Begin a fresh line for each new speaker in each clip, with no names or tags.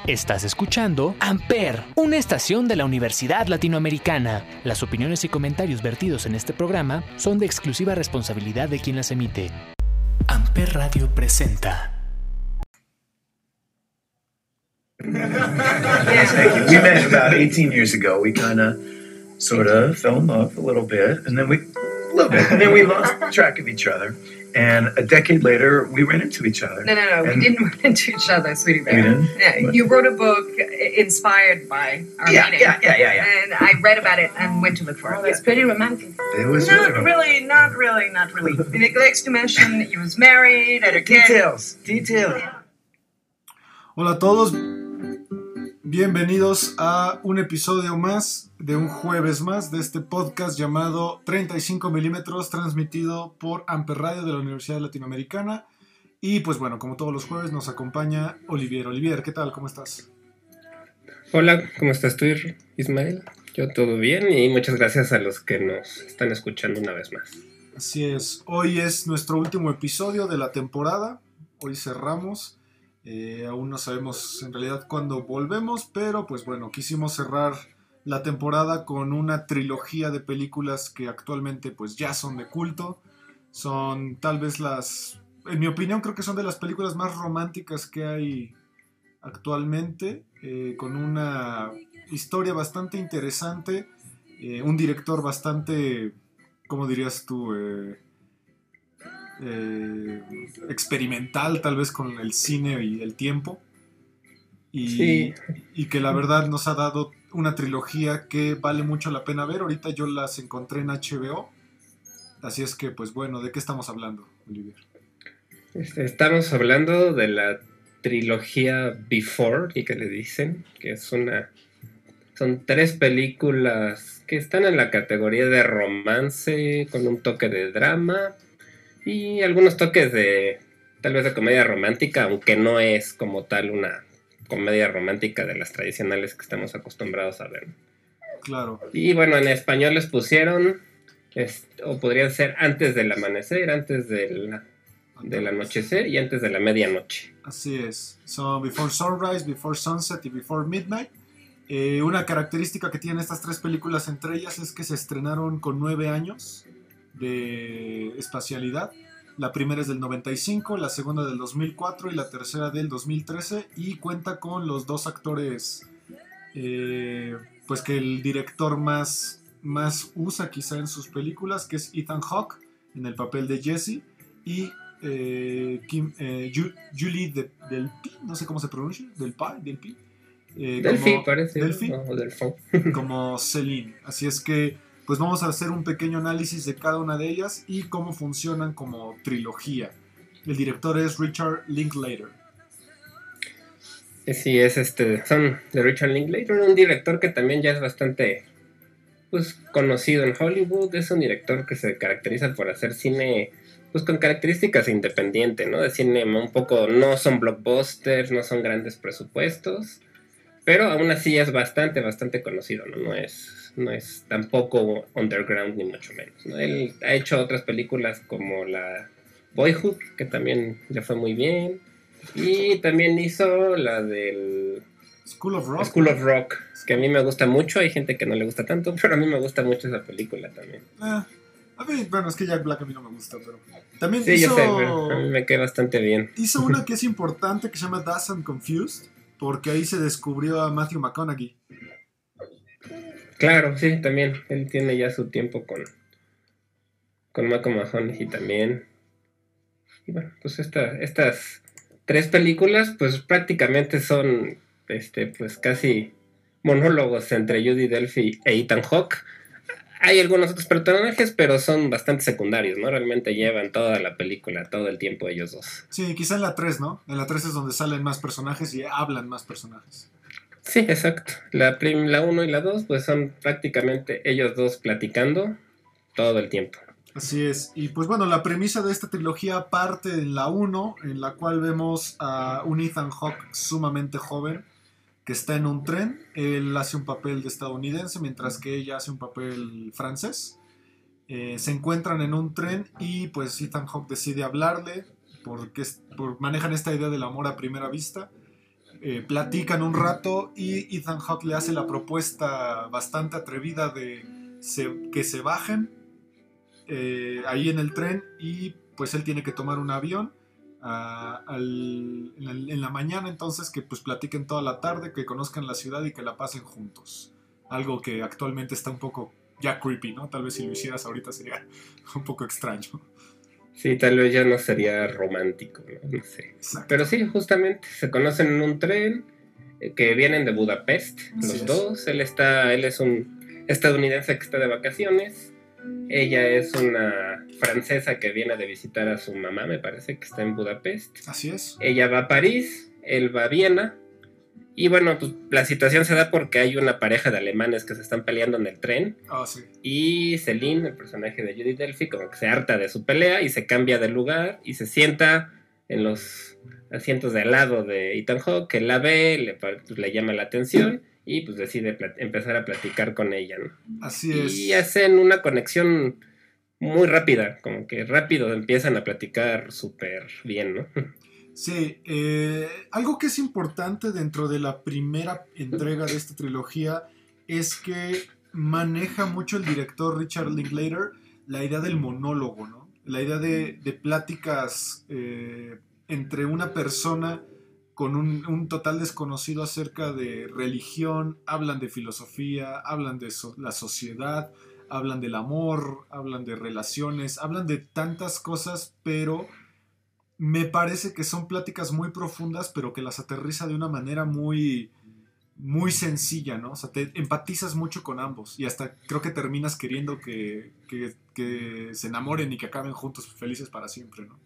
Estás escuchando Amper, una estación de la Universidad Latinoamericana. Las opiniones y comentarios vertidos en este programa son de exclusiva responsabilidad de quien las emite. Amper Radio presenta.
Thank you. We met about 18 years ago. We kind of, sort of, fell in love a little bit, and then we lost track of each other. And a decade later, we ran into each other.
No, we didn't run into each other, sweetie bear.
We didn't?
Yeah, you wrote a book inspired by our meeting.
Yeah.
And I read about it and went to look for it.
Oh, that's pretty romantic.
It was
Not really. It neglects to mention that he was married, had a kid.
Details.
Hola a todos, bienvenidos a un episodio más, de un jueves más, de este podcast llamado 35 milímetros, transmitido por Amper Radio de la Universidad Latinoamericana. Y pues bueno, como todos los jueves nos acompaña Olivier. Olivier, ¿qué tal? ¿Cómo estás?
Hola, ¿cómo estás tú, Ismael? Yo todo bien y muchas gracias a los que nos están escuchando una vez más.
Así es, hoy es nuestro último episodio de la temporada, hoy cerramos. Aún no sabemos en realidad cuándo volvemos, pero pues bueno, quisimos cerrar la temporada con una trilogía de películas que actualmente pues ya son de culto. Son tal vez en mi opinión creo que son de las películas más románticas que hay actualmente, con una historia bastante interesante, un director bastante, ¿cómo dirías tú? Experimental tal vez con el cine y el tiempo y que la verdad nos ha dado una trilogía que vale mucho la pena ver. Ahorita yo las encontré en HBO, así es que pues bueno, ¿de qué estamos hablando, Olivier?
Estamos hablando de la trilogía Before, y que le dicen que son 3 películas que están en la categoría de romance con un toque de drama y algunos toques tal vez de comedia romántica, aunque no es como tal una comedia romántica de las tradicionales que estamos acostumbrados a ver.
Claro.
Y bueno, en español les pusieron, o podrían ser antes del amanecer, antes del anochecer y antes de la medianoche.
Así es. Son Before Sunrise, Before Sunset y Before Midnight. Una característica que tienen estas 3 películas entre ellas es que se estrenaron con 9 años de espacialidad. La primera es del 95, la segunda del 2004 y la tercera del 2013, y cuenta con los 2 actores pues que el director más usa quizá en sus películas, que es Ethan Hawke en el papel de Jesse y Julie Delpy, no sé cómo se pronuncia, Delpy
parece,
Delphi,
o Delfo.
como Celine. Así es que pues vamos a hacer un pequeño análisis de cada una de ellas y cómo funcionan como trilogía. El director es Richard Linklater.
Sí, son de Richard Linklater, un director que también ya es bastante pues conocido en Hollywood. Es un director que se caracteriza por hacer cine pues con características independientes, ¿no? De cine un poco, no son blockbusters, no son grandes presupuestos, pero aún así es bastante conocido, ¿no? No es tampoco underground ni mucho menos, ¿no? Él ha hecho otras películas como la Boyhood, que también le fue muy bien, y también hizo la del
School of Rock,
que a mí me gusta mucho. Hay gente que no le gusta tanto, pero a mí me gusta mucho esa película también.
A mí, bueno, es que Jack Black a mí no me gusta, pero también
sí, yo sé, pero a mí me queda bastante bien.
Hizo una que es importante que se llama Dazed and Confused, porque ahí se descubrió a Matthew McConaughey.
Claro, sí, también. Él tiene ya su tiempo con Matthew McConaughey también. Y bueno, pues estas 3 películas, pues prácticamente son pues casi monólogos entre Judy Delpy e Ethan Hawke. Hay algunos otros personajes, pero son bastante secundarios, ¿no? Realmente llevan toda la película, todo el tiempo ellos dos.
Sí, quizá en la 3, ¿no? En la 3 es donde salen más personajes y hablan más personajes.
Sí, exacto. La 1 y la 2 pues son prácticamente ellos dos platicando todo el tiempo.
Así es. Y pues bueno, la premisa de esta trilogía parte en la 1, en la cual vemos a un Ethan Hawke sumamente joven que está en un tren. Él hace un papel de estadounidense, mientras que ella hace un papel francés. Se encuentran en un tren y pues Ethan Hawke decide hablarle porque manejan esta idea del amor a primera vista. platican un rato y Ethan Hawke le hace la propuesta bastante atrevida de que se bajen ahí en el tren, y pues él tiene que tomar un avión en la mañana, entonces que pues platiquen toda la tarde, que conozcan la ciudad y que la pasen juntos. Algo que actualmente está un poco ya creepy, ¿no? Tal vez si lo hicieras ahorita sería un poco extraño.
Sí, tal vez ya no sería romántico, no sé.
Exacto.
Pero sí, justamente se conocen en un tren que vienen de Budapest, los dos. Él es un estadounidense que está de vacaciones. Ella es una francesa que viene de visitar a su mamá, me parece que está en Budapest.
Así es.
Ella va a París, él va a Viena. Y bueno, pues la situación se da porque hay una pareja de alemanes que se están peleando en el tren.
Sí.
Y Celine, el personaje de Judy Delphi, como que se harta de su pelea y se cambia de lugar y se sienta en los asientos de al lado de Ethan Hawke, que la ve, le llama la atención y pues decide empezar a platicar con ella, ¿no?
Así es.
Y hacen una conexión muy rápida, como que rápido empiezan a platicar súper bien, ¿no?
Sí, algo que es importante dentro de la primera entrega de esta trilogía es que maneja mucho el director Richard Linklater la idea del monólogo, ¿no? La idea de pláticas entre una persona con un total desconocido acerca de religión. Hablan de filosofía, hablan de la sociedad, hablan del amor, hablan de relaciones, hablan de tantas cosas, pero me parece que son pláticas muy profundas, pero que las aterriza de una manera muy, muy sencilla, ¿no? O sea, te empatizas mucho con ambos y hasta creo que terminas queriendo que se enamoren y que acaben juntos felices para siempre, ¿no?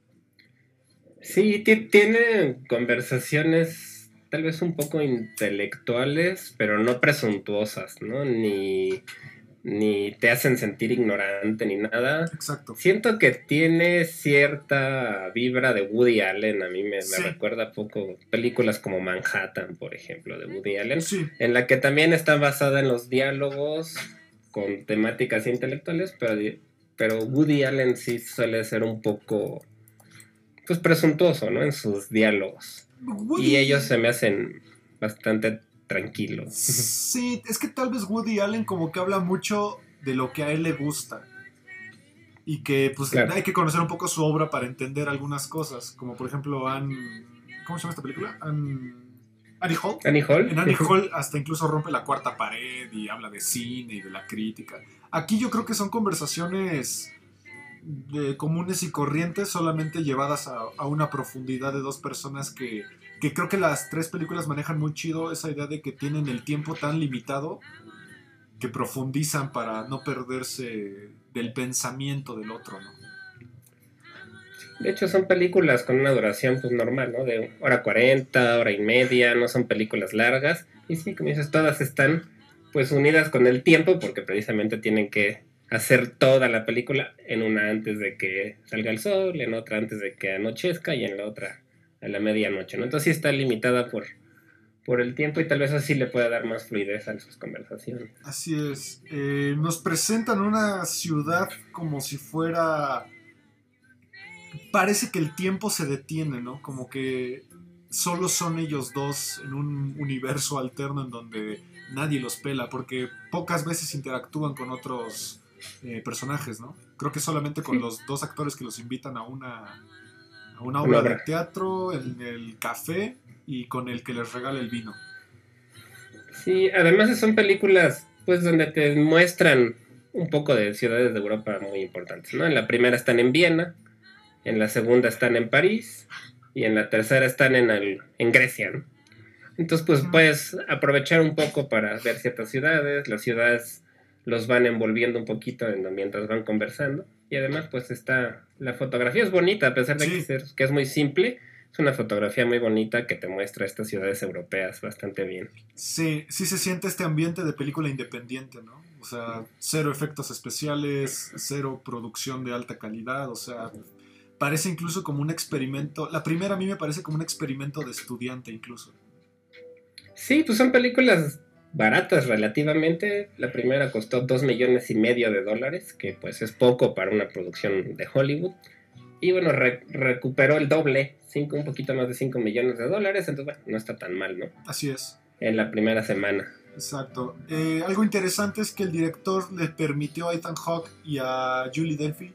Sí, tiene conversaciones tal vez un poco intelectuales, pero no presuntuosas, ¿no? Ni te hacen sentir ignorante ni nada.
Exacto.
Siento que tiene cierta vibra de Woody Allen. A mí me recuerda poco películas como Manhattan, por ejemplo, de Woody Allen, en la que también está basada en los diálogos con temáticas intelectuales, pero Woody Allen sí suele ser un poco pues presuntuoso, ¿no? En sus diálogos. Y ellos se me hacen bastante tranquilo.
Sí, es que tal vez Woody Allen como que habla mucho de lo que a él le gusta y que pues claro, hay que conocer un poco su obra para entender algunas cosas, como por ejemplo ¿cómo se llama esta película? Annie Hall.
Annie Hall.
En Annie Hall hasta incluso rompe la cuarta pared y habla de cine y de la crítica. Aquí yo creo que son conversaciones comunes y corrientes, solamente llevadas a una profundidad de dos personas que creo que las tres películas manejan muy chido esa idea de que tienen el tiempo tan limitado que profundizan para no perderse del pensamiento del otro, ¿no?
De hecho son películas con una duración pues normal, ¿no? De 1:40, 1:30, no son películas largas. Y sí, como dices, todas están pues unidas con el tiempo porque precisamente tienen que hacer toda la película en una antes de que salga el sol, en otra antes de que anochezca y en la otra a la medianoche, ¿no? Entonces sí está limitada por el tiempo y tal vez así le pueda dar más fluidez a sus conversaciones.
Así es. Nos presentan una ciudad como si fuera... Parece que el tiempo se detiene, ¿no? Como que solo son ellos dos en un universo alterno en donde nadie los pela, porque pocas veces interactúan con otros personajes, ¿no? Creo que solamente con los dos actores que los invitan a una obra de teatro, en el café, y con el que les regala el vino.
Sí, además son películas pues donde te muestran un poco de ciudades de Europa muy importantes, ¿no? En la primera están en Viena, en la segunda están en París y en la tercera están en Grecia, ¿no? Entonces pues puedes aprovechar un poco para ver ciertas ciudades, las ciudades los van envolviendo un poquito mientras van conversando y además pues la fotografía es bonita a pesar de que es muy simple. Es una fotografía muy bonita que te muestra estas ciudades europeas bastante bien.
Sí se siente este ambiente de película independiente, ¿no? O sea, cero efectos especiales, cero producción de alta calidad, o sea, parece incluso como un experimento. La primera a mí me parece como un experimento de estudiante incluso.
Sí, pues son películas baratas relativamente. La primera costó $2.5 millones, que pues es poco para una producción de Hollywood. Y bueno, recuperó el doble, un poquito más de $5 millones. Entonces, bueno, no está tan mal, ¿no?
Así es.
En la primera semana.
Exacto. Algo interesante es que el director le permitió a Ethan Hawke y a Julie Delpy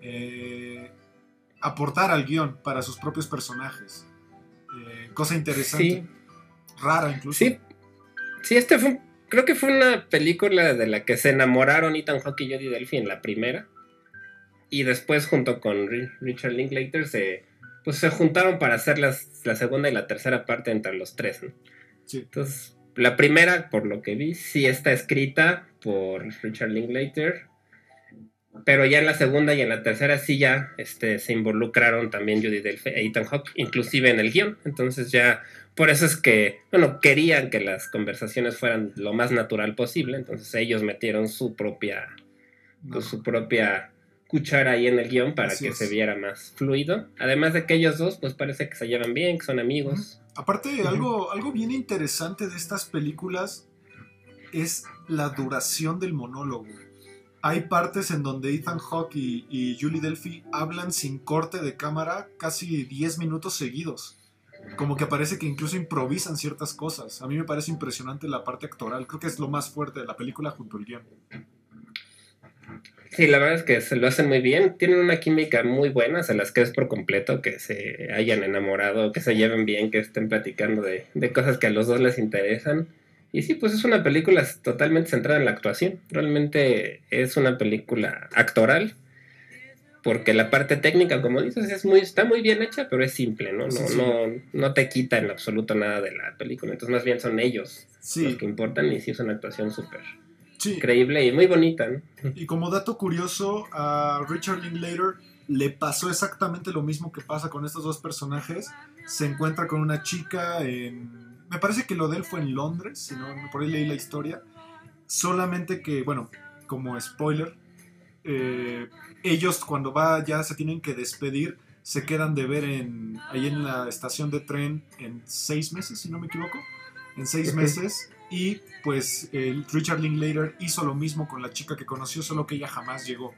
aportar al guión para sus propios personajes. Cosa interesante.
Sí.
Rara incluso.
Sí, creo que fue una película de la que se enamoraron Ethan Hawke y Julie Delpy en la primera. Y después junto con Richard Linklater se juntaron para hacer la segunda y la tercera parte entre los tres, ¿no?
Sí.
Entonces, la primera, por lo que vi, sí está escrita por Richard Linklater, pero ya en la segunda y en la tercera sí ya se involucraron también Judy Delpy e Ethan Hawke, inclusive en el guión. Entonces ya, por eso es que, bueno, querían que las conversaciones fueran lo más natural posible, entonces ellos metieron su propia cuchara ahí en el guión para que se viera más fluido. Además de que ellos dos, pues parece que se llevan bien, que son amigos.
Aparte, algo bien interesante de estas películas es la duración del monólogo. Hay partes en donde Ethan Hawke y Julie Delpy hablan sin corte de cámara casi 10 minutos seguidos. Como que parece que incluso improvisan ciertas cosas. A mí me parece impresionante la parte actoral. Creo que es lo más fuerte de la película junto al guión.
Sí, la verdad es que se lo hacen muy bien. Tienen una química muy buena, se las crees por completo, que se hayan enamorado, que se lleven bien, que estén platicando de cosas que a los dos les interesan. Y sí, pues es una película totalmente centrada en la actuación. Realmente es una película actoral, porque la parte técnica, como dices, está muy bien hecha, pero es simple, ¿no? No te quita en absoluto nada de la película. Entonces más bien son ellos los que importan, y sí es una actuación súper increíble y muy bonita, ¿no?
Y como dato curioso, a Richard Linklater le pasó exactamente lo mismo que pasa con estos dos personajes. Se encuentra con una chica me parece que lo de él fue en Londres, si no, por ahí leí la historia. Solamente que, bueno, como spoiler, ellos cuando ya se tienen que despedir, se quedan de ver ahí en la estación de tren en 6 meses, si no me equivoco. En 6 meses. Y pues Richard Linklater hizo lo mismo con la chica que conoció, solo que ella jamás llegó.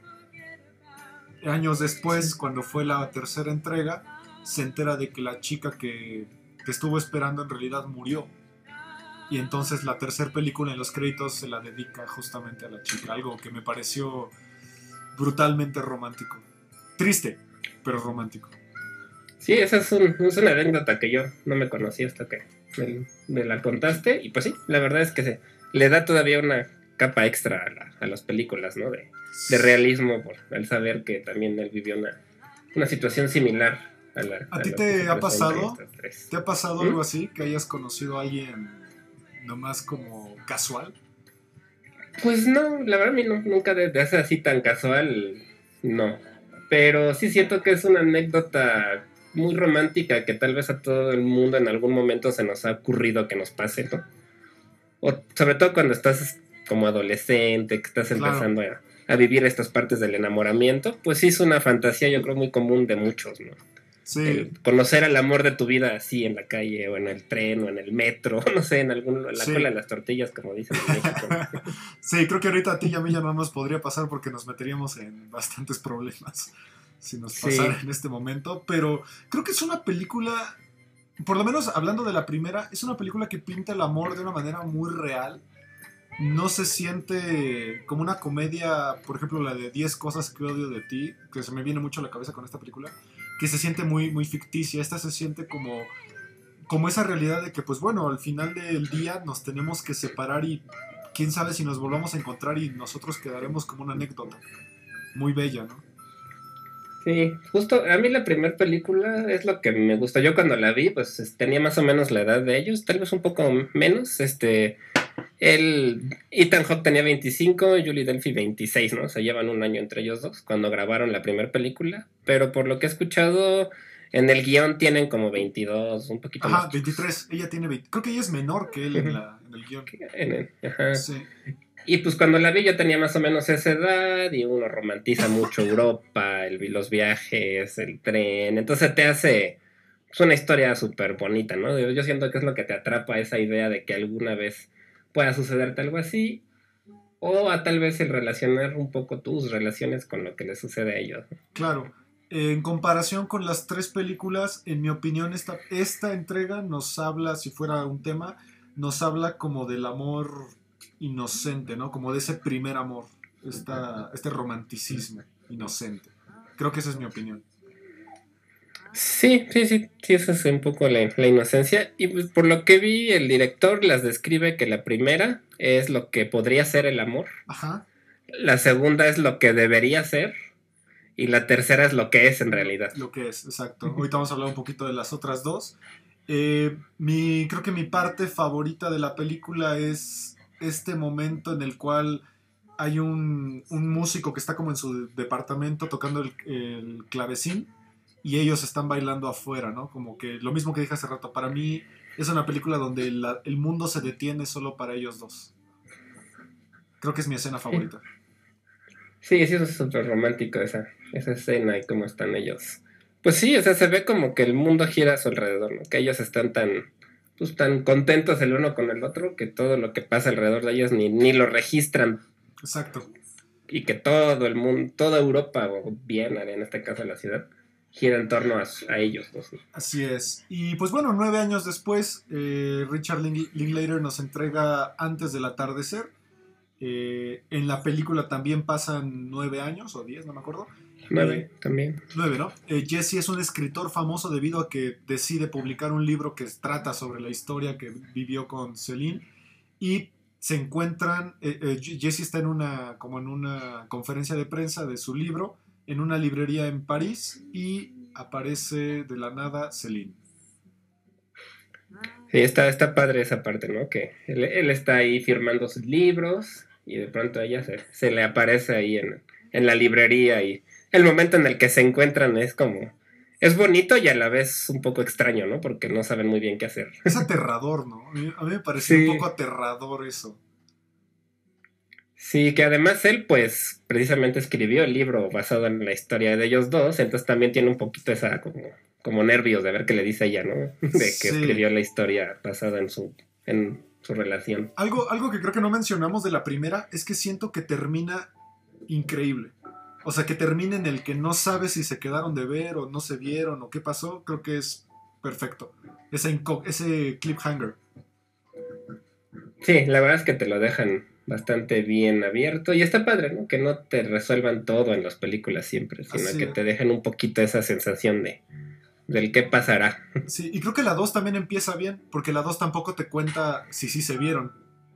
Años después, cuando fue la tercera entrega, se entera de que la chica que estuvo esperando en realidad murió. Y entonces la tercera película en los créditos se la dedica justamente a la chica. Algo que me pareció brutalmente romántico. Triste, pero romántico.
Sí, esa es una anécdota que yo no me conocía hasta que me la contaste. Y pues sí, la verdad es que se le da todavía una capa extra a las películas, ¿no? De realismo, al saber que también él vivió una situación similar.
¿A ti te ha pasado? ¿Te ha pasado algo así? ¿Que hayas conocido a alguien nomás como casual?
Pues no, la verdad a mí nunca de hacer así tan casual, no. Pero sí siento que es una anécdota muy romántica que tal vez a todo el mundo en algún momento se nos ha ocurrido que nos pase, ¿no? O sobre todo cuando estás como adolescente, que estás empezando a vivir estas partes del enamoramiento, pues sí es una fantasía, yo creo, muy común de muchos, ¿no?
Sí.
El conocer al amor de tu vida así en la calle o en el tren o en el metro, no sé, en la cola de las tortillas, como dicen en México.
Sí, creo que ahorita a ti y a mí ya no nos podría pasar porque nos meteríamos en bastantes problemas si nos pasara en este momento, pero creo que es una película, por lo menos hablando de la primera, es una película que pinta el amor de una manera muy real. No se siente como una comedia, por ejemplo la de 10 cosas que odio de ti, que se me viene mucho a la cabeza con esta película, que se siente muy, muy ficticia. Esta se siente como esa realidad de que, pues bueno, al final del día nos tenemos que separar y quién sabe si nos volvamos a encontrar y nosotros quedaremos como una anécdota muy bella, ¿no?
Sí, justo a mí la primera película es lo que me gustó. Yo cuando la vi, pues tenía más o menos la edad de ellos, tal vez un poco menos. Ethan Hawke tenía 25, Julie Delpy 26, ¿no? Se llevan un año entre ellos dos cuando grabaron la primera película. Pero por lo que he escuchado, en el guión tienen como 22, un poquito más.
Ajá, 23. Ella tiene 20. Creo que ella es menor que él en el guión.
Ajá.
Sí.
Y pues cuando la vi yo tenía más o menos esa edad y uno romantiza mucho Europa, los viajes, el tren. Entonces te hace una historia súper bonita, ¿no? Yo siento que es lo que te atrapa, esa idea de que alguna vez pueda sucederte algo así, o a tal vez el relacionar un poco tus relaciones con lo que les sucede a ellos.
Claro. En comparación con las 3 películas, en mi opinión, esta entrega nos habla, si fuera un tema, nos habla como del amor inocente, ¿no? Como de ese primer amor, este romanticismo inocente. Creo que esa es mi opinión.
Sí, esa es un poco la inocencia. Y pues, por lo que vi, el director las describe que la primera es lo que podría ser el amor.
Ajá.
La segunda es lo que debería ser. Y la tercera es lo que es en realidad.
Lo que es, exacto. Ahorita vamos a hablar un poquito de las otras 2. Creo que mi parte favorita de la película es este momento en el cual hay un músico que está como en su departamento tocando el clavecín y ellos están bailando afuera, ¿no? Como que lo mismo que dije hace rato, para mí es una película donde el mundo se detiene solo para ellos dos. Creo que es mi escena favorita.
Sí, eso es súper romántico esa escena y cómo están ellos. Pues sí, o sea, se ve como que el mundo gira a su alrededor, ¿no? Que ellos están tan contentos el uno con el otro que todo lo que pasa alrededor de ellos ni lo registran.
Exacto.
Y que todo el mundo, toda Europa, o Viena, en este caso la ciudad, gira en torno a ellos dos, ¿no?
Así es. Y pues bueno, 9 años después, Richard Linklater nos entrega Antes del atardecer. En la película también pasan 9 años, o 10, no me acuerdo.
9 también.
9, ¿no? Jesse es un escritor famoso debido a que decide publicar un libro que trata sobre la historia que vivió con Celine. Y se encuentran, Jesse está en una conferencia de prensa de su libro, en una librería en París, y aparece de la nada Celine.
Sí, está padre esa parte, ¿no? Que él está ahí firmando sus libros y de pronto a ella se le aparece ahí en la librería y el momento en el que se encuentran es bonito y a la vez un poco extraño, ¿no? Porque no saben muy bien qué hacer.
Es aterrador, ¿no? A mí me pareció un poco aterrador eso.
Sí, que además él, pues, precisamente escribió el libro basado en la historia de ellos dos, entonces también tiene un poquito esa como nervios de ver qué le dice ella, ¿no? De que escribió la historia basada en su relación.
Algo que creo que no mencionamos de la primera es que siento que termina increíble. O sea, que termina en el que no sabes si se quedaron de ver o no se vieron o qué pasó, creo que es perfecto. Ese cliffhanger.
Sí, la verdad es que te lo dejan bastante bien abierto y está padre, ¿no? Que no te resuelvan todo en las películas siempre, sino que te dejen un poquito esa sensación del qué pasará.
Sí, y creo que la 2 también empieza bien, porque la 2 tampoco te cuenta si sí se vieron.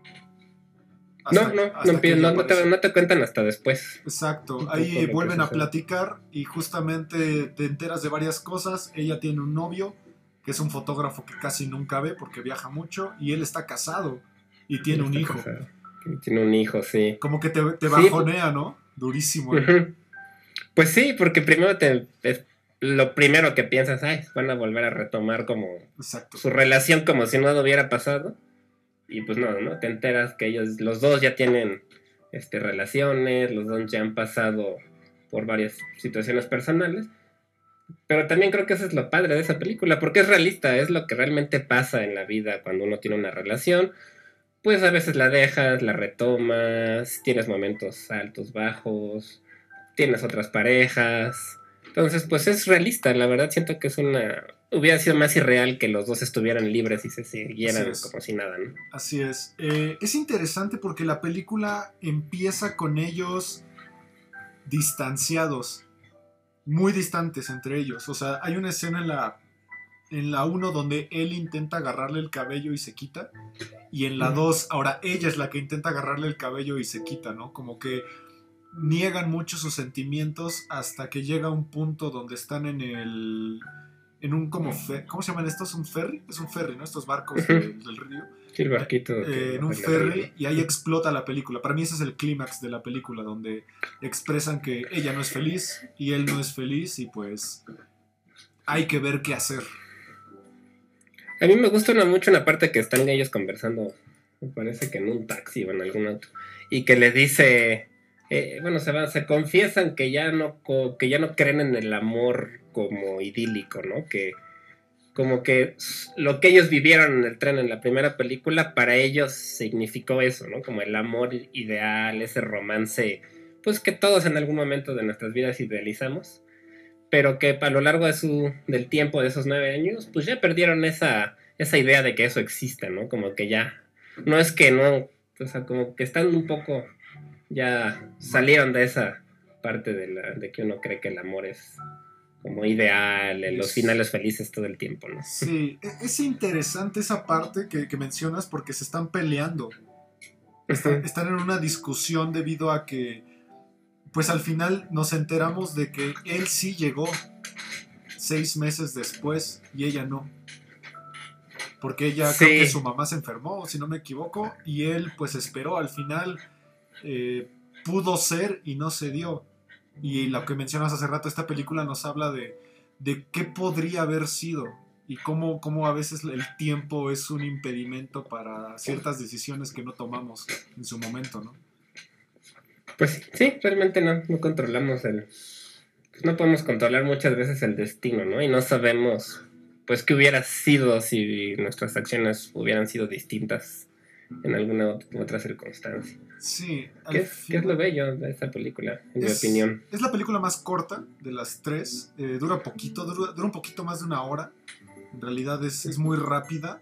No te cuentan hasta después.
Exacto, ahí vuelven a platicar y justamente te enteras de varias cosas. Ella tiene un novio que es un fotógrafo que casi nunca ve porque viaja mucho y él está casado y tiene un hijo.
Tiene un hijo, sí.
Como que te bajonea, ¿no? Durísimo.
Uh-huh. Pues sí, porque primero lo primero que piensas, van a volver a retomar como su relación como si nada hubiera pasado. Y pues no, te enteras que ellos, los dos ya tienen relaciones, los dos ya han pasado por varias situaciones personales. Pero también creo que eso es lo padre de esa película, porque es realista, es lo que realmente pasa en la vida cuando uno tiene una relación. Pues a veces la dejas, la retomas, tienes momentos altos, bajos, tienes otras parejas. Entonces, pues es realista, la verdad siento que hubiera sido más irreal que los dos estuvieran libres y se siguieran como si nada, ¿no?
Así es. Es interesante porque la película empieza con ellos distanciados, muy distantes entre ellos. O sea, hay una escena en la 1 donde él intenta agarrarle el cabello y se quita. Y en la 2, ahora ella es la que intenta agarrarle el cabello y se quita, ¿no? Como que niegan mucho sus sentimientos hasta que llega un punto donde están en un ¿cómo se llaman estos? ¿Un ferry? Es un ferry, ¿no? Estos barcos del río.
Sí, el barquito.
En un ferry y ahí explota la película. Para mí ese es el clímax de la película, donde expresan que ella no es feliz y él no es feliz y pues hay que ver qué hacer.
A mí me gusta mucho una parte que están ellos conversando, me parece que en un taxi o en algún auto, y que le dice... se confiesan que ya no creen en el amor como idílico, ¿no? Que como que lo que ellos vivieron en el tren en la primera película para ellos significó eso, ¿no? Como el amor ideal, ese romance, pues que todos en algún momento de nuestras vidas idealizamos, pero que a lo largo del tiempo de esos 9 años, pues ya perdieron esa idea de que eso existe, ¿no? Como que ya, no es que no, o sea, como que están un poco, ya salieron de esa parte de que uno cree que el amor es como ideal, los finales felices todo el tiempo, ¿no?
Sí, es interesante esa parte que mencionas porque se están peleando. Están en una discusión debido a que, pues al final nos enteramos de que él sí llegó 6 meses después y ella no. Porque ella,
Sí.
creo que su mamá se enfermó, si no me equivoco, y él pues esperó. Al final pudo ser y no se dio. Y lo que mencionas hace rato, esta película nos habla de qué podría haber sido y cómo a veces el tiempo es un impedimento para ciertas decisiones que no tomamos en su momento, ¿no?
Pues sí, realmente no controlamos no podemos controlar muchas veces el destino, ¿no? Y no sabemos, pues, qué hubiera sido si nuestras acciones hubieran sido distintas en alguna otra circunstancia.
Sí.
¿Qué es lo bello de esta película, en mi opinión?
Es la película más corta de las tres. Dura un poquito más de 1 hora. En realidad es muy rápida.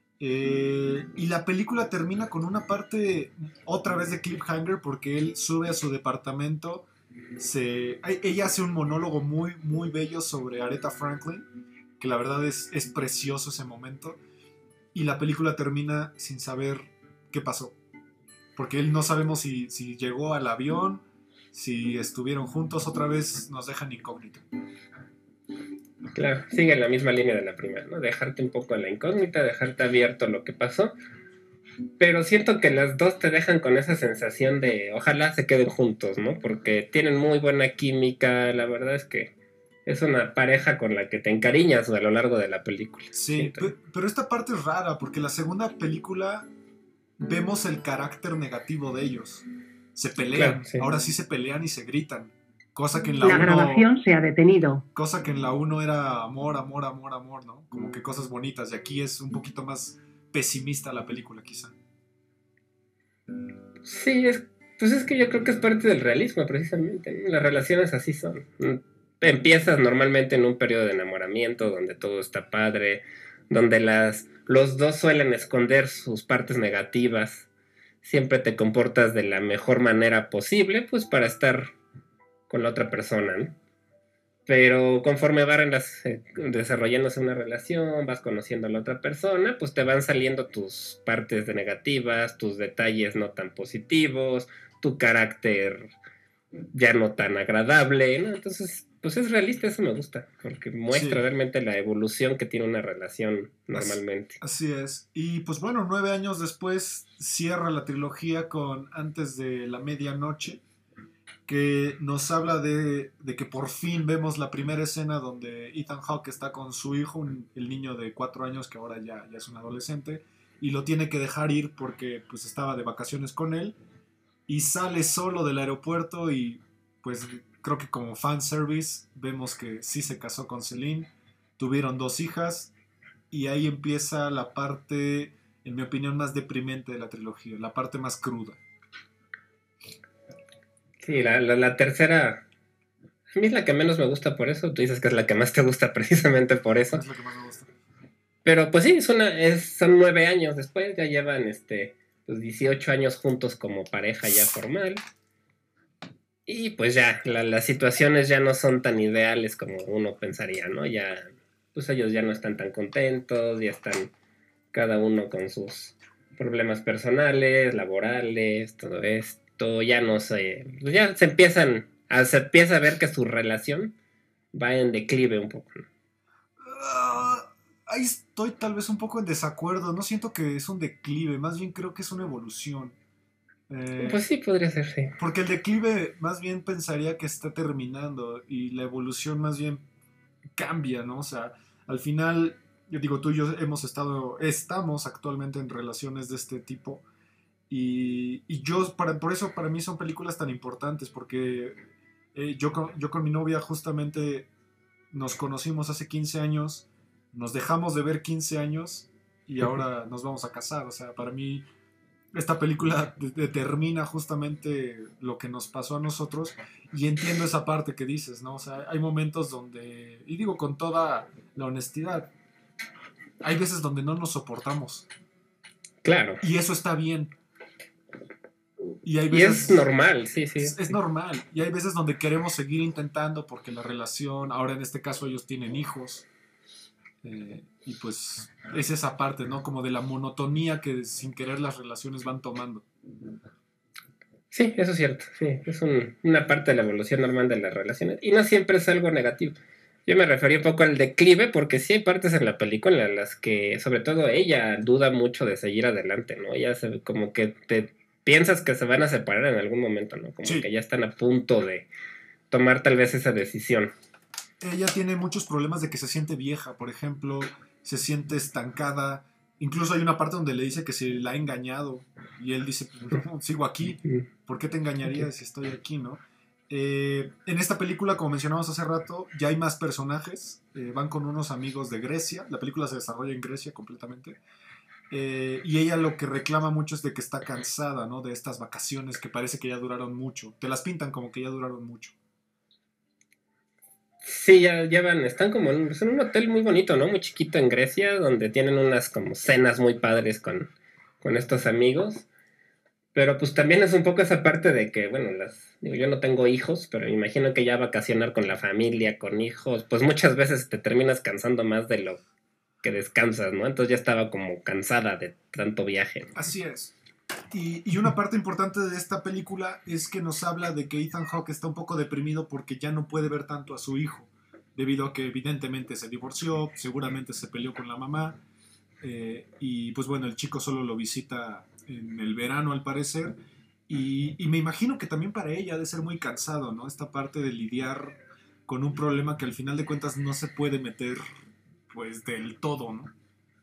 Y la película termina con una parte otra vez de cliffhanger porque él sube a su departamento. Ella hace un monólogo muy, muy bello sobre Aretha Franklin, que la verdad es precioso ese momento. Y la película termina sin saber qué pasó. Porque él no sabemos si llegó al avión, si estuvieron juntos, otra vez nos dejan incógnito.
Claro, sigue la misma línea de la primera, ¿no? Dejarte un poco en la incógnita, dejarte abierto lo que pasó. Pero siento que las dos te dejan con esa sensación de ojalá se queden juntos, ¿no? Porque tienen muy buena química, la verdad es que es una pareja con la que te encariñas a lo largo de la película.
Sí, pero esta parte es rara porque la segunda película vemos el carácter negativo de ellos. Se pelean,
claro, sí.
Ahora sí se pelean y se gritan. Cosa que en la 1...
grabación se ha detenido.
Cosa que en la 1 era amor, amor, amor, amor, ¿no? Como que cosas bonitas. Y aquí es un poquito más pesimista la película, quizá.
Sí, pues es que yo creo que es parte del realismo, precisamente, ¿no? Las relaciones así son. Empiezas normalmente en un periodo de enamoramiento donde todo está padre, donde los dos suelen esconder sus partes negativas. Siempre te comportas de la mejor manera posible, pues para estar con la otra persona, ¿no? Pero conforme van desarrollándose una relación, vas conociendo a la otra persona, pues te van saliendo tus partes negativas, tus detalles no tan positivos, tu carácter ya no tan agradable, ¿no? Entonces, pues es realista, eso me gusta, porque muestra realmente la evolución que tiene una relación normalmente.
Así es. Y pues bueno, 9 años después cierra la trilogía con Antes de la Medianoche, que nos habla de que por fin vemos la primera escena donde Ethan Hawke está con su hijo, el niño de 4 años que ahora ya es un adolescente, y lo tiene que dejar ir porque pues estaba de vacaciones con él, y sale solo del aeropuerto y pues creo que como fanservice vemos que sí se casó con Celine, tuvieron 2 hijas, y ahí empieza la parte, en mi opinión, más deprimente de la trilogía, la parte más cruda.
Sí, la tercera, a mí es la que menos me gusta por eso. Tú dices que es la que más te gusta precisamente por eso.
Es lo que más me gusta.
Pero pues sí, son 9 años después, ya llevan pues 18 años juntos como pareja ya formal. Y pues ya, las situaciones ya no son tan ideales como uno pensaría, ¿no? Ya, pues ellos ya no están tan contentos, ya están cada uno con sus problemas personales, laborales, todo esto. Ya no sé, ya se empieza a ver que su relación va en declive un poco, ¿no?
Ahí estoy tal vez un poco en desacuerdo, no siento que es un declive, más bien creo que es una evolución.
Pues sí, podría ser, sí.
Porque el declive más bien pensaría que está terminando y la evolución más bien cambia, ¿no? O sea, al final, yo digo, tú y yo estamos actualmente en relaciones de este tipo. Y por eso para mí son películas tan importantes, porque yo con mi novia justamente nos conocimos hace 15 años, nos dejamos de ver 15 años y ahora nos vamos a casar. O sea, para mí esta película determina justamente lo que nos pasó a nosotros y entiendo esa parte que dices, ¿no? O sea, hay momentos donde, y digo con toda la honestidad, hay veces donde no nos soportamos.
Claro.
Y eso está bien. Y hay
Y
veces,
es normal, sí.
es normal. Y hay veces donde queremos seguir intentando porque la relación, ahora en este caso ellos tienen hijos. Y pues es esa parte, ¿no? Como de la monotonía que sin querer las relaciones van tomando.
Sí, eso es cierto. Sí, es una parte de la evolución normal de las relaciones. Y no siempre es algo negativo. Yo me refería un poco al declive porque sí hay partes en la película en las que, sobre todo ella, duda mucho de seguir adelante, ¿no? Ella como que te piensas que se van a separar en algún momento, ¿no? Como
Sí.
que ya están a punto de tomar tal vez esa decisión.
Ella tiene muchos problemas de que se siente vieja, por ejemplo, se siente estancada. Incluso hay una parte donde le dice que se la ha engañado y él dice, no, sigo aquí, ¿por qué te engañaría si estoy aquí, no? En esta película, como mencionamos hace rato, ya hay más personajes, van con unos amigos de Grecia, la película se desarrolla en Grecia completamente, y ella lo que reclama mucho es de que está cansada, ¿no? De estas vacaciones que parece que ya duraron mucho, te las pintan como que ya duraron mucho.
Sí, están como en un hotel muy bonito, ¿no? Muy chiquito en Grecia, donde tienen unas como cenas muy padres con estos amigos. Pero pues también es un poco esa parte de que, bueno, digo, yo no tengo hijos, pero me imagino que ya vacacionar con la familia, con hijos, pues muchas veces te terminas cansando más de lo que descansas, ¿no? Entonces ya estaba como cansada de tanto viaje.
Así es. Y una parte importante de esta película es que nos habla de que Ethan Hawke está un poco deprimido porque ya no puede ver tanto a su hijo, debido a que evidentemente se divorció, seguramente se peleó con la mamá, y pues bueno, el chico solo lo visita en el verano al parecer, y me imagino que también para ella ha de ser muy cansado, ¿no? Esta parte de lidiar con un problema que al final de cuentas no se puede meter pues del todo, ¿no?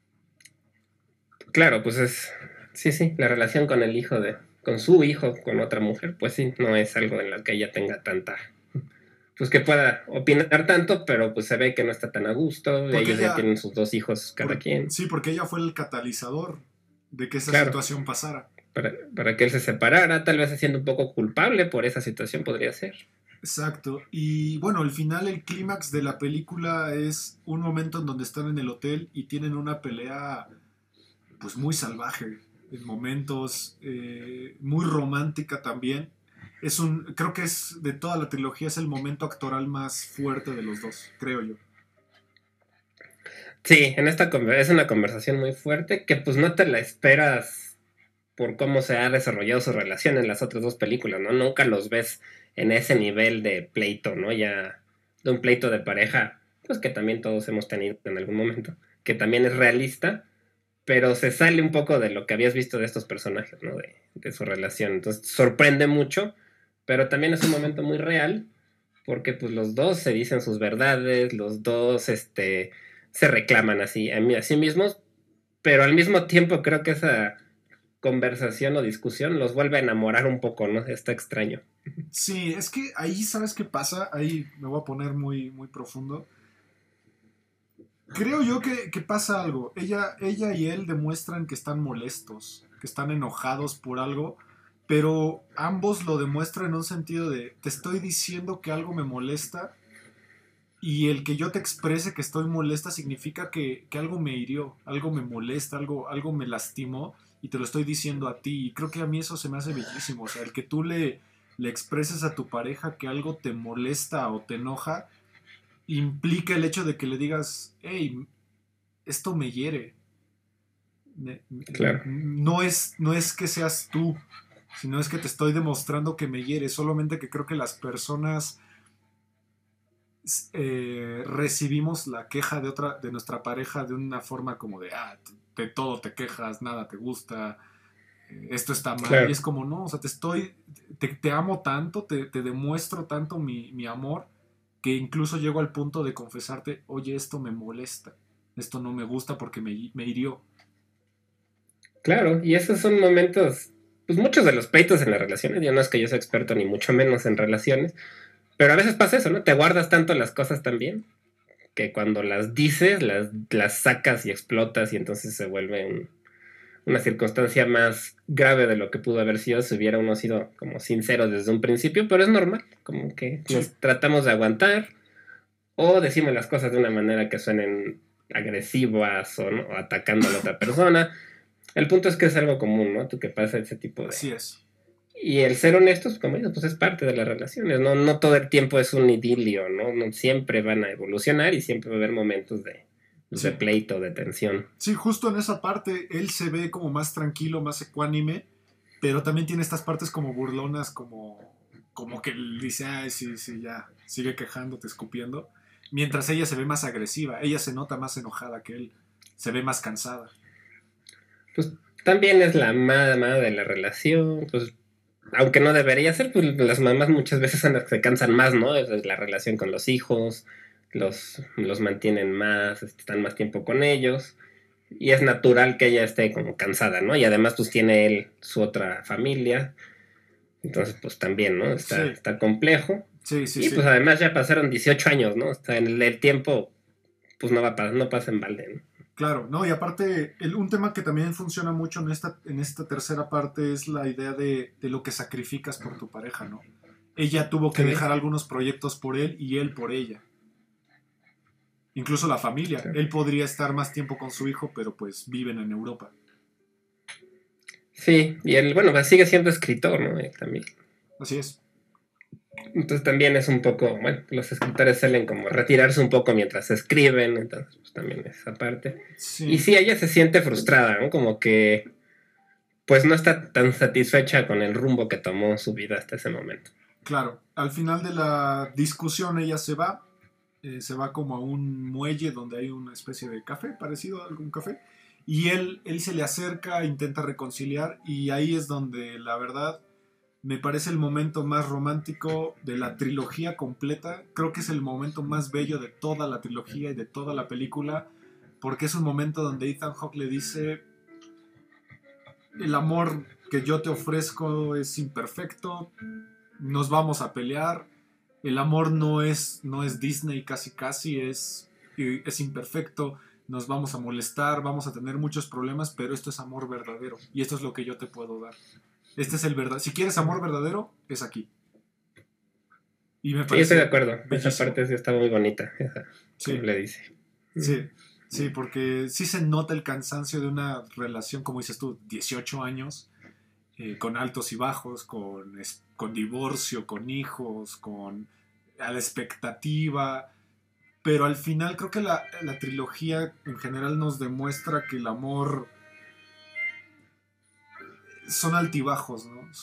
Claro, pues sí, la relación con con su hijo, con otra mujer, pues sí, no es algo en lo que ella tenga pues que pueda opinar tanto, pero pues se ve que no está tan a gusto,
Porque
ellos ya
ella,
tienen sus 2 hijos cada quien.
Sí, porque ella fue el catalizador de que esa
Claro.
situación pasara.
Para que él se separara, tal vez se siente un poco culpable por esa situación, podría ser.
Exacto. Y bueno, el final, el clímax de la película es un momento en donde están en el hotel y tienen una pelea pues muy salvaje, en momentos muy romántica también. Creo que es de toda la trilogía es el momento actoral más fuerte de los dos, creo yo.
Sí, es una conversación muy fuerte que pues no te la esperas por cómo se ha desarrollado su relación en las otras 2 películas, ¿no? Nunca los ves en ese nivel de pleito, ¿no? Ya de un pleito de pareja, pues que también todos hemos tenido en algún momento, que también es realista, pero se sale un poco de lo que habías visto de estos personajes, ¿no? De su relación. Entonces sorprende mucho, pero también es un momento muy real, porque pues los dos se dicen sus verdades, los dos se reclaman a sí mismos, pero al mismo tiempo creo que esa conversación o discusión los vuelve a enamorar un poco, ¿no? Está extraño.
Sí, es que ahí, ¿sabes qué pasa? Ahí me voy a poner muy, muy profundo. Creo yo que pasa algo. Ella y él demuestran que están molestos, que están enojados por algo, pero ambos lo demuestran en un sentido de, te estoy diciendo que algo me molesta, y el que yo te exprese que estoy molesta significa que algo me hirió, algo me molesta, algo me lastimó, y te lo estoy diciendo a ti. Y creo que a mí eso se me hace bellísimo. O sea, el que tú le expreses a tu pareja que algo te molesta o te enoja, implica el hecho de que le digas, hey, esto me hiere.
Claro.
No es que seas tú, sino es que te estoy demostrando que me hiere. Solamente que creo que las personas recibimos la queja de nuestra pareja de una forma como de todo te quejas, nada te gusta, esto está mal. Claro. Y es como, no, o sea, te amo tanto, te demuestro tanto mi amor, que incluso llego al punto de confesarte, oye, esto me molesta, esto no me gusta porque me hirió.
Claro, y esos son momentos, pues muchos de los pleitos en las relaciones, yo no es que yo sea experto ni mucho menos en relaciones, pero a veces pasa eso, ¿no? Te guardas tanto las cosas también, que cuando las dices, las sacas y explotas y entonces se vuelve una circunstancia más grave de lo que pudo haber sido si hubiera uno sido como sincero desde un principio, pero es normal, como que nos tratamos de aguantar o decimos las cosas de una manera que suenen agresivas o atacando a la otra persona. El punto es que es algo común, ¿no? Tú que pasa ese tipo de...
Así es.
Y el ser honestos, como dices, pues es parte de las relaciones, ¿no? No todo el tiempo es un idilio, ¿no? No siempre van a evolucionar y siempre va a haber momentos de pleito, de tensión.
Sí, justo en esa parte él se ve como más tranquilo, más ecuánime, pero también tiene estas partes como burlonas, como que él dice, ay, sí, ya, sigue quejándote, escupiendo. Mientras ella se ve más agresiva, ella se nota más enojada que él, se ve más cansada.
Pues también es la mamá de la relación, pues aunque no debería ser, pues las mamás muchas veces son las que se cansan más, ¿no? Es la relación con los hijos, los mantienen más, están más tiempo con ellos, y es natural que ella esté como cansada, ¿no? Y además pues tiene él su otra familia, entonces pues también, ¿no? Está complejo.
Sí.
Pues además ya pasaron 18 años, ¿no? En el tiempo pues no pasa en balde, ¿no?
Claro, no, y aparte, un tema que también funciona mucho en esta tercera parte es la idea de lo que sacrificas por tu pareja, ¿no? Ella tuvo que dejar algunos proyectos por él y él por ella. Incluso la familia. Sí. Él podría estar más tiempo con su hijo, pero pues viven en Europa.
Sí, y él, bueno, pues sigue siendo escritor, ¿no? Él también.
Así es.
Entonces también es un poco, bueno, los escritores suelen como retirarse un poco mientras escriben, entonces pues también es esa parte. Sí. Y sí, ella se siente frustrada, ¿no? Como que pues no está tan satisfecha con el rumbo que tomó su vida hasta ese momento.
Claro, al final de la discusión ella se va como a un muelle donde hay una especie de café, parecido a algún café, y él se le acerca, intenta reconciliar, y ahí es donde la verdad me parece el momento más romántico de la trilogía completa. Creo que es el momento más bello de toda la trilogía y de toda la película, porque es un momento donde Ethan Hawke le dice: el amor que yo te ofrezco es imperfecto, nos vamos a pelear, el amor no es Disney casi, es imperfecto, nos vamos a molestar, vamos a tener muchos problemas, pero esto es amor verdadero y esto es lo que yo te puedo dar. Este es el verdad. Si quieres amor verdadero, es aquí. Y me parece,
sí, estoy de acuerdo. Bellísimo. Esa parte sí está muy bonita. Sí. Como le dice.
Sí, porque sí se nota el cansancio de una relación, como dices tú, 18 años, con altos y bajos, con divorcio, con hijos, con a la expectativa. Pero al final creo que la trilogía en general nos demuestra que el amor son altibajos,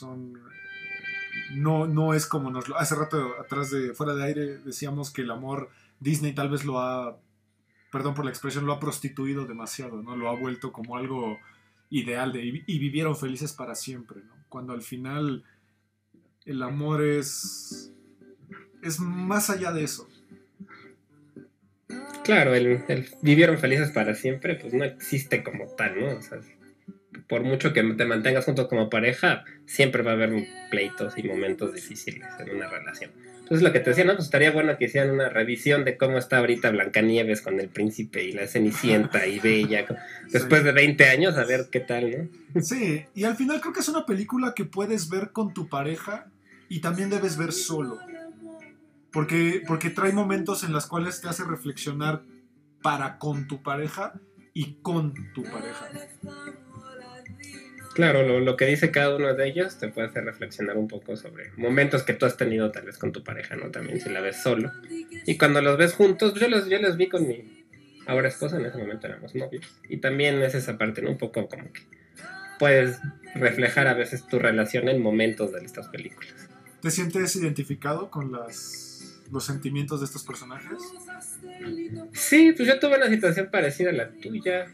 ¿no? No es como hace rato atrás fuera de aire decíamos que el amor Disney tal vez perdón por la expresión, lo ha prostituido demasiado, ¿no? Lo ha vuelto como algo ideal y vivieron felices para siempre, ¿no? Cuando al final el amor es más allá de eso.
Claro, el vivieron felices para siempre, pues no existe como tal, ¿no? O sea, por mucho que te mantengas juntos como pareja, siempre va a haber pleitos y momentos difíciles en una relación. Entonces lo que te decía, ¿no? Pues estaría bueno que hicieran una revisión de cómo está ahorita Blancanieves con el príncipe y la Cenicienta y Bella, después de 20 años, a ver qué tal, ¿no?
Sí, y al final creo que es una película que puedes ver con tu pareja y también debes ver solo. Porque trae momentos en los cuales te hace reflexionar con tu pareja y con tu pareja.
Claro, lo que dice cada uno de ellos te puede hacer reflexionar un poco sobre momentos que tú has tenido tal vez con tu pareja, ¿no? También si la ves solo. Y cuando los ves juntos, yo los vi con mi ahora esposa, en ese momento éramos novios. Y también es esa parte, ¿no? Un poco como que puedes reflejar a veces tu relación en momentos de estas películas.
¿Te sientes identificado con los sentimientos de estos personajes?
Sí, pues yo tuve una situación parecida a la tuya.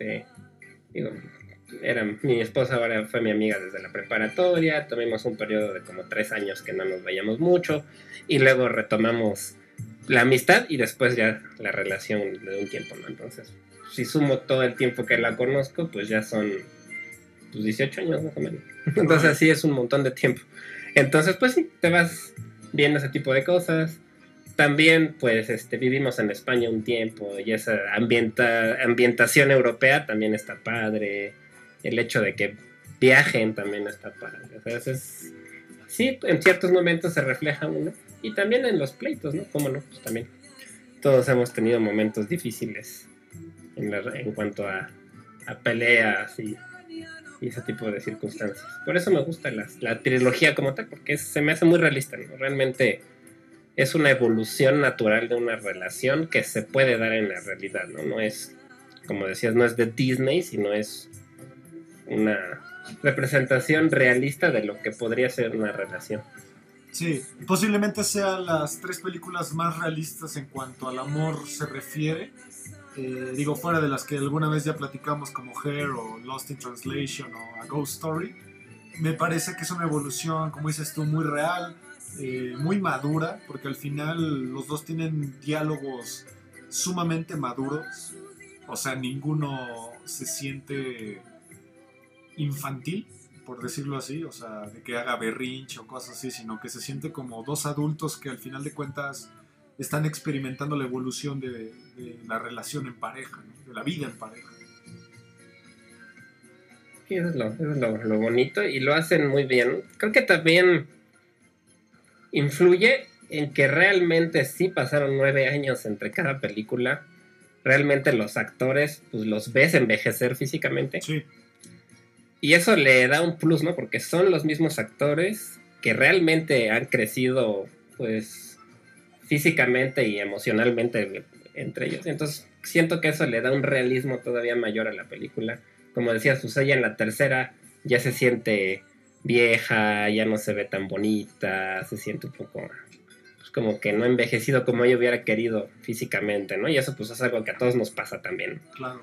Mi esposa ahora fue mi amiga desde la preparatoria, tuvimos un periodo de como 3 años que no nos veíamos mucho y luego retomamos la amistad y después ya la relación de un tiempo, ¿no? Entonces, si sumo todo el tiempo que la conozco, pues ya son 18 años más o menos. Entonces sí es un montón de tiempo. Entonces, pues sí, te vas viendo ese tipo de cosas. También, pues, vivimos en España un tiempo y esa ambientación europea también está padre. el hecho de que viajen también está padre. O sea, sí, en ciertos momentos se refleja uno, y también en los pleitos, ¿no? ¿Cómo no? Pues también todos hemos tenido momentos difíciles en cuanto a peleas y ese tipo de circunstancias. Por eso me gusta la trilogía como tal, porque se me hace muy realista, ¿no? Realmente es una evolución natural de una relación que se puede dar en la realidad, ¿no? No es, como decías, no es de Disney, sino es una representación realista de lo que podría ser una relación.
Sí, posiblemente sean las 3 películas más realistas en cuanto al amor se refiere. Digo, fuera de las que alguna vez ya platicamos como Hair o Lost in Translation o A Ghost Story, me parece que es una evolución, como dices tú, muy real, muy madura, porque al final los dos tienen diálogos sumamente maduros, o sea, ninguno se siente infantil, por decirlo así, o sea, de que haga berrinche o cosas así, sino que se siente como dos adultos que al final de cuentas están experimentando la evolución de la relación en pareja, ¿no? De la vida en pareja.
Sí, eso es lo bonito, y lo hacen muy bien. Creo que también influye en que realmente sí pasaron 9 años entre cada película. Realmente los actores, pues los ves envejecer físicamente.
Sí.
Y eso le da un plus, ¿no? Porque son los mismos actores que realmente han crecido, pues, físicamente y emocionalmente entre ellos. Entonces, siento que eso le da un realismo todavía mayor a la película. Como decía Susaya, en la tercera ya se siente vieja, ya no se ve tan bonita, se siente un poco, pues, como que no envejecido como ella hubiera querido físicamente, ¿no? Y eso, pues, es algo que a todos nos pasa también.
Claro.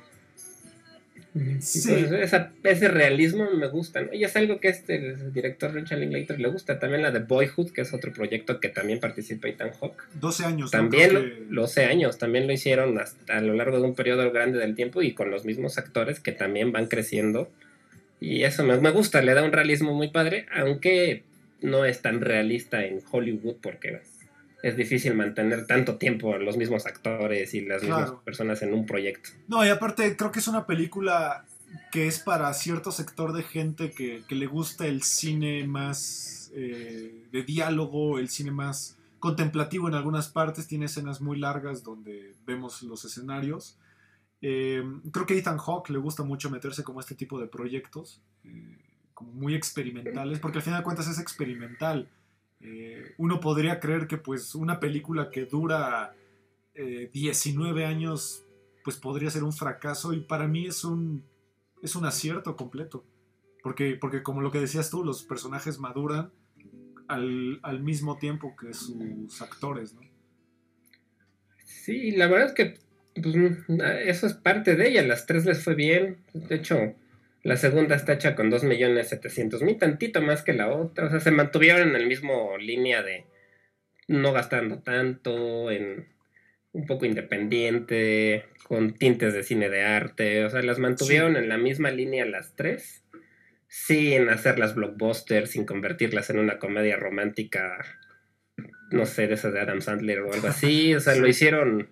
Sí. Entonces, ese realismo me gusta, ¿no? Y es algo que el director Richard Linklater le gusta. También la de Boyhood, que es otro proyecto que también participa Ethan Hawke.
12 años.
También
¿no? Que...
12 años, también lo hicieron a lo largo de un periodo grande del tiempo y con los mismos actores que también van creciendo. Y eso me gusta, le da un realismo muy padre, aunque no es tan realista en Hollywood porque es difícil mantener tanto tiempo los mismos actores y las mismas personas en un proyecto.
No, y aparte creo que es una película que es para cierto sector de gente que le gusta el cine más de diálogo, el cine más contemplativo en algunas partes. Tiene escenas muy largas donde vemos los escenarios. Creo que a Ethan Hawke le gusta mucho meterse como este tipo de proyectos, como muy experimentales, porque al final de cuentas es experimental. Uno podría creer que pues una película que dura 19 años pues podría ser un fracaso, y para mí es un acierto completo, porque como lo que decías tú, los personajes maduran al mismo tiempo que sus actores, ¿no?
Sí, la verdad es que pues, eso es parte de ella. Las 3 les fue bien. De hecho, la segunda está hecha con 2.700.000, tantito más que la otra. O sea, se mantuvieron en la misma línea de no gastando tanto, en un poco independiente, con tintes de cine de arte. O sea, las mantuvieron en la misma línea las 3, sin hacerlas blockbusters, sin convertirlas en una comedia romántica, no sé, de esas de Adam Sandler o algo así. O sea, lo hicieron,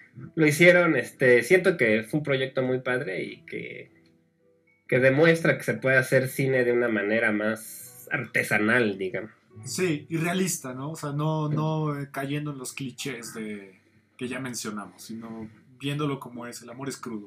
siento que fue un proyecto muy padre y que demuestra que se puede hacer cine de una manera más artesanal, digamos.
Sí, y realista, ¿no? O sea, no cayendo en los clichés que ya mencionamos, sino viéndolo como es. El amor es crudo.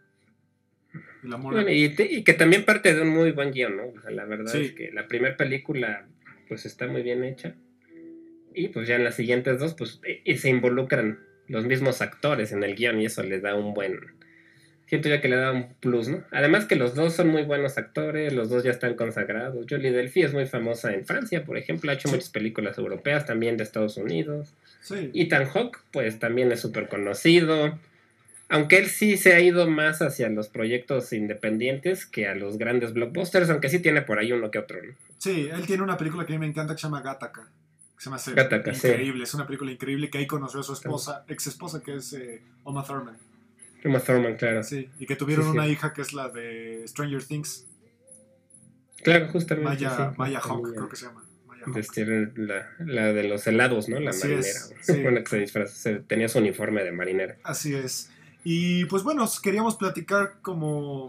El amor...
Bueno, y que también parte de un muy buen guión, ¿no? O sea, la verdad es que la primera película pues está muy bien hecha, y pues ya en las siguientes 2 pues se involucran los mismos actores en el guión, y eso le da un buen... Siento yo que le da un plus, ¿no? Además que los dos son muy buenos actores, los dos ya están consagrados. Julie Delpy es muy famosa en Francia, por ejemplo, ha hecho muchas películas europeas, también de Estados Unidos.
Sí.
Ethan Hawke, pues también es súper conocido, aunque él sí se ha ido más hacia los proyectos independientes que a los grandes blockbusters, aunque sí tiene por ahí uno que otro, ¿no?
Sí, él tiene una película que a mí me encanta que se llama Gattaca. Se me hace
Gattaca,
increíble,
sí.
Es una película increíble, que ahí conoció a su esposa, ex esposa, que es Uma Thurman.
Uma Thurman, claro.
Sí, y que tuvieron una hija que es la de Stranger Things.
Claro, justamente.
Maya Hawke, creo que se llama.
La de los helados, ¿no? La
Así
marinera.
Sí.
Bueno, que tenía su uniforme de marinera.
Así es. Y pues bueno, queríamos platicar como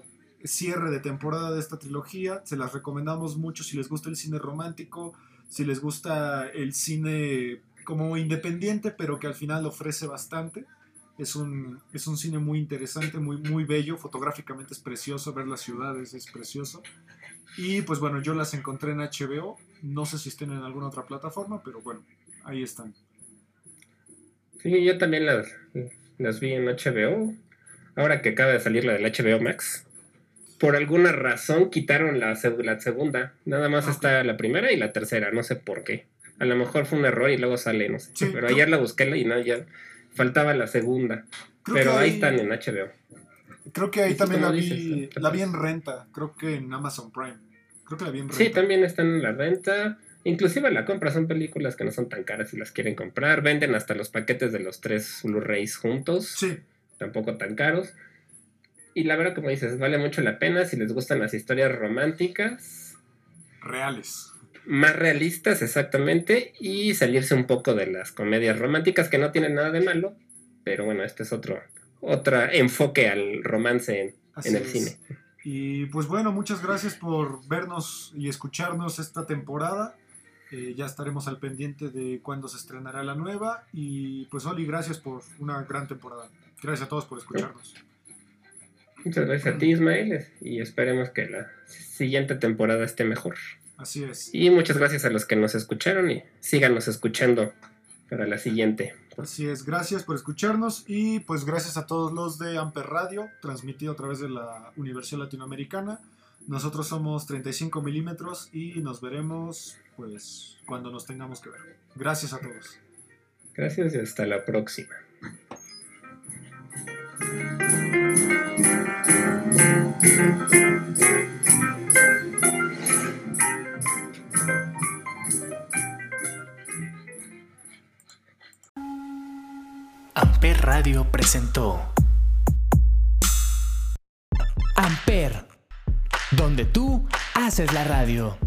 cierre de temporada de esta trilogía. Se las recomendamos mucho si les gusta el cine romántico, si les gusta el cine como independiente, pero que al final ofrece bastante. Es un cine muy interesante, muy, muy bello. Fotográficamente es precioso, ver las ciudades es precioso. Y pues bueno, yo las encontré en HBO. No sé si estén en alguna otra plataforma, pero bueno, ahí están.
Sí, yo también las vi en HBO. Ahora que acaba de salir la del HBO Max, por alguna razón quitaron la segunda. Nada más está la primera y la tercera, no sé por qué. A lo mejor fue un error y luego sale, no sé. Sí, pero ayer la busqué y no, ya faltaba la segunda. Pero ahí están en HBO.
Creo que ahí también la vi en renta. Creo que en Amazon Prime. Creo que la vi en renta.
Sí, también están en la renta. Inclusive la compra, son películas que no son tan caras si las quieren comprar. Venden hasta los paquetes de los 3 Blu-rays juntos.
Sí.
Tampoco tan caros. Y la verdad, como dices, vale mucho la pena si les gustan las historias románticas.
Reales.
Más realistas, exactamente. Y salirse un poco de las comedias románticas, que no tienen nada de malo. Pero bueno, este es otro enfoque al romance en el cine.
Y pues bueno, muchas gracias por vernos y escucharnos esta temporada. Ya estaremos al pendiente de cuándo se estrenará la nueva. Y pues Oli, gracias por una gran temporada. Gracias a todos por escucharnos.
Muchas gracias a ti, Ismael, y esperemos que la siguiente temporada esté mejor.
Así es.
Y muchas gracias a los que nos escucharon y síganos escuchando para la siguiente.
Así es, gracias por escucharnos y pues gracias a todos los de Amper Radio, transmitido a través de la Universidad Latinoamericana. Nosotros somos 35 milímetros y nos veremos pues cuando nos tengamos que ver. Gracias a todos.
Gracias y hasta la próxima.
Amper Radio presentó Amper, donde tú haces la radio.